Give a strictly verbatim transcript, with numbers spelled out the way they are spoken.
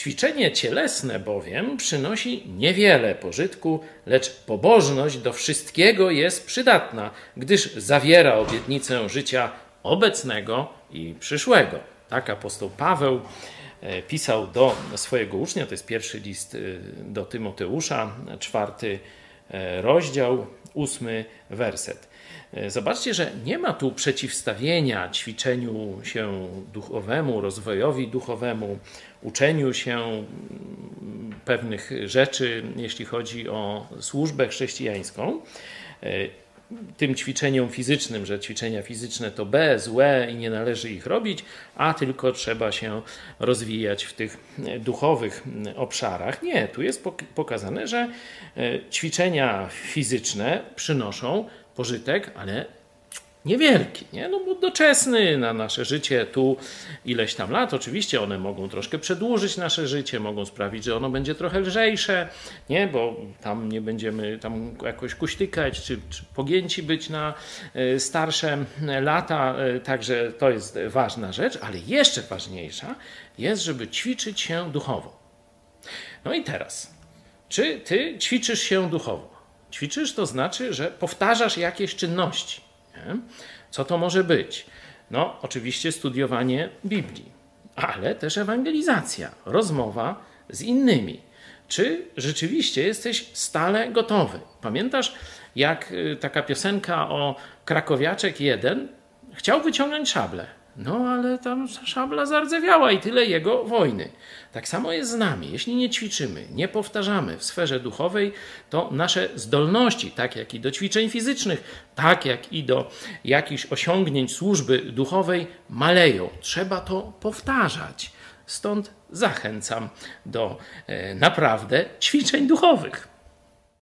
Ćwiczenie cielesne bowiem przynosi niewiele pożytku, lecz pobożność do wszystkiego jest przydatna, gdyż zawiera obietnicę życia obecnego i przyszłego. Tak apostoł Paweł pisał do swojego ucznia, to jest pierwszy list do Tymoteusza, czwarty rozdział, ósmy werset. Zobaczcie, że nie ma tu przeciwstawienia ćwiczeniu się duchowemu, rozwojowi duchowemu, uczeniu się pewnych rzeczy, jeśli chodzi o służbę chrześcijańską, tym ćwiczeniom fizycznym, że ćwiczenia fizyczne to B, złe i nie należy ich robić, a tylko trzeba się rozwijać w tych duchowych obszarach. Nie, tu jest pokazane, że ćwiczenia fizyczne przynoszą pożytek, ale niewielki, nie? No bo doczesny na nasze życie tu ileś tam lat. Oczywiście one mogą troszkę przedłużyć nasze życie, mogą sprawić, że ono będzie trochę lżejsze, nie? Bo tam nie będziemy tam jakoś kuśtykać, czy, czy pogięci być na starsze lata, także to jest ważna rzecz, ale jeszcze ważniejsza jest, żeby ćwiczyć się duchowo. No i teraz, czy ty ćwiczysz się duchowo? Ćwiczysz to znaczy, że powtarzasz jakieś czynności. Nie? Co to może być? No, oczywiście studiowanie Biblii, ale też ewangelizacja, rozmowa z innymi. Czy rzeczywiście jesteś stale gotowy? Pamiętasz, jak taka piosenka o Krakowiaczek jeden chciał wyciągnąć szablę? No, ale tam szabla zardzewiała i tyle jego wojny. Tak samo jest z nami. Jeśli nie ćwiczymy, nie powtarzamy w sferze duchowej, to nasze zdolności, tak jak i do ćwiczeń fizycznych, tak jak i do jakichś osiągnięć służby duchowej, maleją. Trzeba to powtarzać. Stąd zachęcam do e, naprawdę ćwiczeń duchowych.